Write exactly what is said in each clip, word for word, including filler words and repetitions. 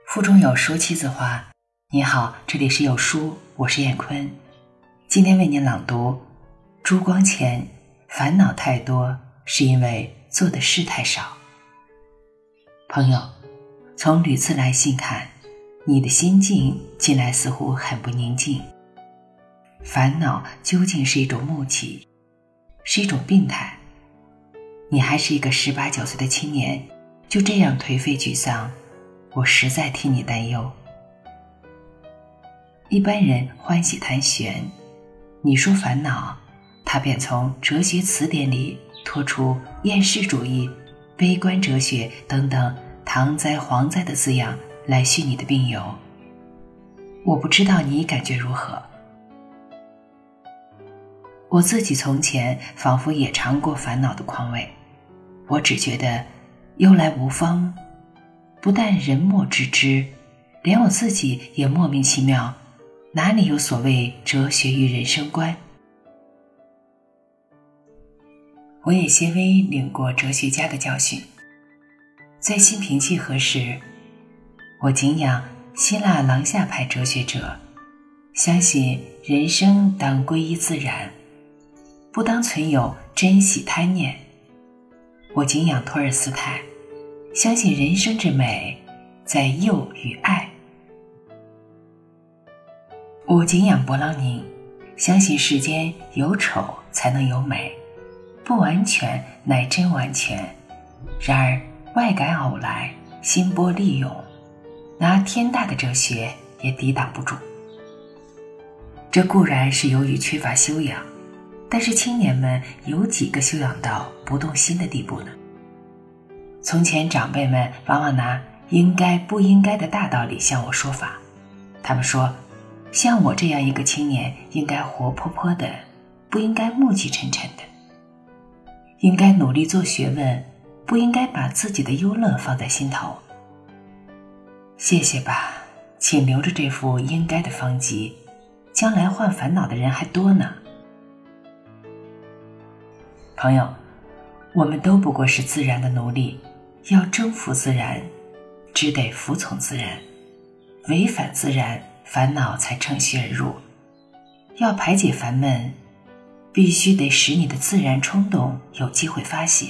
腹中有书气自华。你好，这里是有书，我是燕坤。今天为您朗读朱光潜，烦恼太多是因为做的事太少。朋友，从屡次来信看，你的心境近来似乎很不宁静。烦恼究竟是一种木气，是一种病态。你还是一个十八九岁的青年，就这样颓废沮丧，我实在替你担忧。一般人欢喜谈玄，你说烦恼，他便从哲学词典里拖出厌世主义、悲观哲学等等唐灾蝗灾的字样来续你的病由。我不知道你感觉如何。我自己从前仿佛也尝过烦恼的况味，我只觉得忧来无方，不但人莫知之，连我自己也莫名其妙，哪里有所谓哲学与人生观？我也些微领过哲学家的教训，在心平气和时，我敬仰希腊廊下派哲学者，相信人生当归依自然，不当存有珍惜贪念。我敬仰托尔斯泰，相信人生之美在幼与爱。我敬仰勃朗宁，相信世间有丑才能有美，不完全乃真完全。然而外感偶来，心波利涌，拿天大的哲学也抵挡不住。这固然是由于缺乏修养，但是青年们有几个修养到不动心的地步呢？从前长辈们往往拿应该不应该的大道理向我说法，他们说像我这样一个青年应该活泼泼的，不应该暮气沉沉的，应该努力做学问，不应该把自己的忧乐放在心头。谢谢吧，请留着这副应该的方籍，将来患烦恼的人还多呢。朋友，我们都不过是自然的奴隶，要征服自然，只得服从自然，违反自然，烦恼才乘虚而入。要排解烦闷，必须得使你的自然冲动有机会发泄。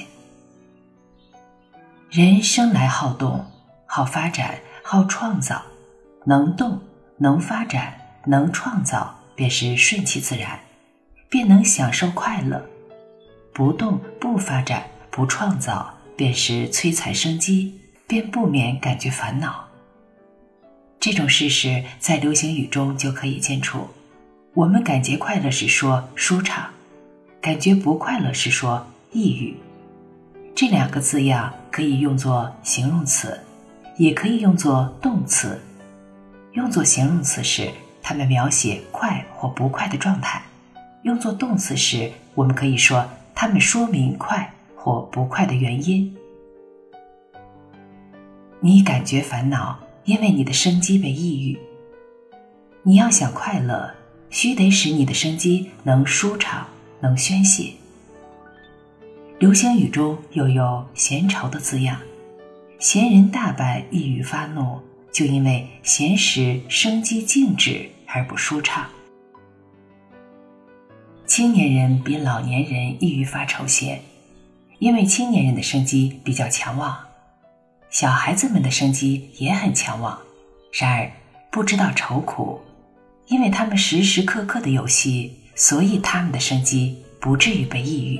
人生来好动，好发展，好创造，能动，能发展，能创造，便是顺其自然，便能享受快乐。不动，不发展，不创造，便是摧残生机，便不免感觉烦恼。这种事实在流行语中就可以见出。我们感觉快乐时说舒畅，感觉不快乐时说抑郁。这两个字样可以用作形容词，也可以用作动词。用作形容词时，它们描写快或不快的状态；用作动词时，我们可以说它们说明快或不快的原因。你感觉烦恼，因为你的生机被抑郁。你要想快乐，须得使你的生机能舒畅，能宣泄。流行语中又有闲愁的字样，闲人大半抑郁发怒，就因为闲时生机静止而不舒畅。青年人比老年人易于发愁些，因为青年人的生机比较强旺，小孩子们的生机也很强旺，然而不知道愁苦，因为他们时时刻刻的游戏，所以他们的生机不至于被抑郁。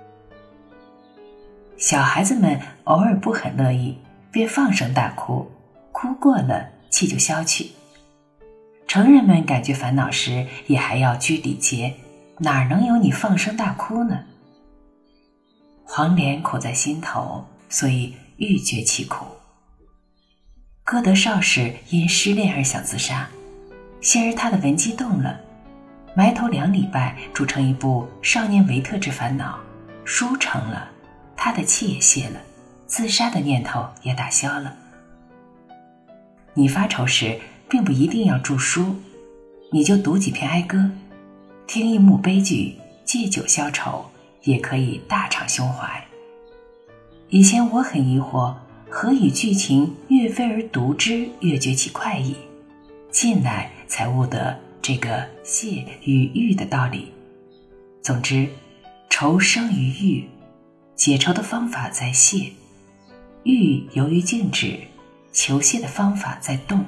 小孩子们偶尔不很乐意，便放声大哭，哭过了气就消去。成人们感觉烦恼时，也还要拘礼节，哪能有你放声大哭呢？黄连苦在心头，所以欲绝其苦。歌德少时因失恋而想自杀，幸而他的文姬动了，埋头两礼拜铸成一部《少年维特之烦恼》，书成了，他的气也泄了，自杀的念头也打消了。你发愁时并不一定要著书，你就读几篇哀歌，听一幕悲剧，借酒消愁，也可以大敞胸怀。以前我很疑惑， 何以剧情越飞而读之，越觉其快意？近来才悟得这个谢与欲的道理。总之，愁生于欲，解愁的方法在谢，欲由于静止，求谢的方法在动。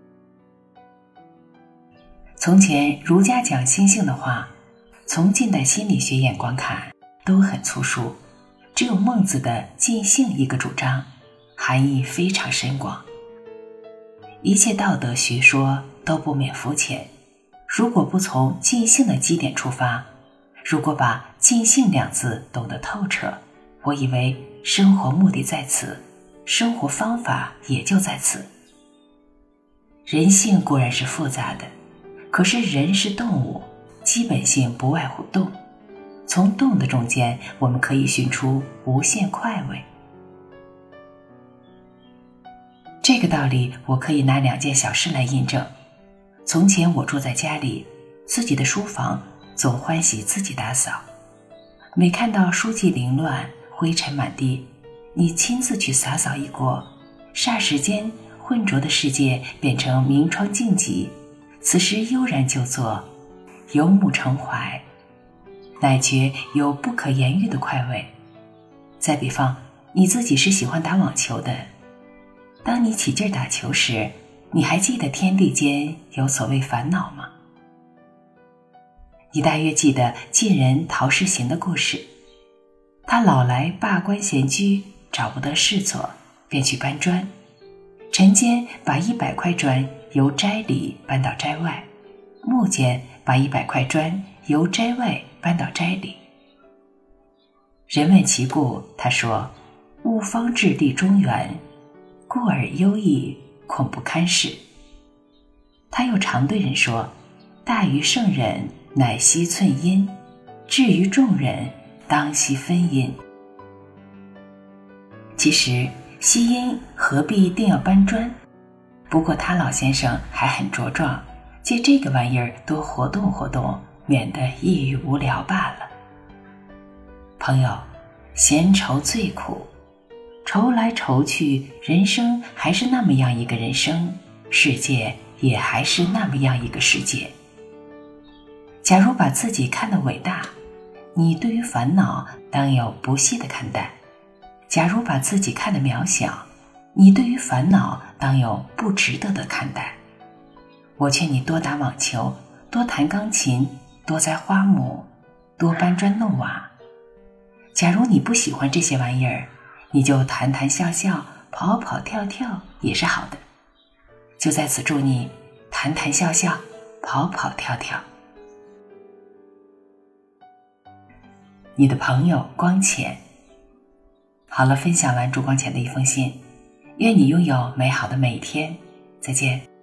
从前儒家讲心性的话，从近代心理学眼光看都很粗疏，只有孟子的尽性一个主张，含义非常深广。一切道德学说都不免肤浅，如果不从尽性的基点出发，如果把尽性两字懂得透彻，我以为生活目的在此，生活方法也就在此。人性固然是复杂的，可是人是动物，基本性不外乎动，从动的中间我们可以寻出无限快慰。这个道理我可以拿两件小事来印证。从前我住在家里，自己的书房总欢喜自己打扫，每看到书籍凌乱，灰尘满地，你亲自去洒扫一锅，霎时间浑浊的世界变成明窗净几，此时悠然就坐，游目骋怀，乃觉有不可言喻的快慰。再比方，你自己是喜欢打网球的，当你起劲打球时，你还记得天地间有所谓烦恼吗？你大约记得晋人陶师行的故事，他老来罢官闲居，找不得事做，便去搬砖。晨间把一百块砖由斋里搬到斋外，暮间把一百块砖由斋外搬到斋里。人问其故，他说：物方至地中原，故而忧异，恐不堪事。他又常对人说：大于圣人，乃惜寸阴；至于众人，当惜分阴。其实惜阴何必一定要搬砖？不过他老先生还很茁壮，借这个玩意儿多活动活动，免得抑郁无聊罢了。朋友，闲愁最苦，愁来愁去，人生还是那么样一个人生，世界也还是那么样一个世界。假如把自己看得伟大，你对于烦恼当有不屑的看待；假如把自己看得渺小，你对于烦恼当有不值得的看待。我劝你多打网球，多弹钢琴，多栽花木，多搬砖弄瓦。假如你不喜欢这些玩意儿，你就谈谈笑笑，跑跑跳跳也是好的。就在此祝你谈谈笑笑，跑跑跳跳。你的朋友光浅。好了，分享完朱光潜的一封信，愿你拥有美好的每一天，再见。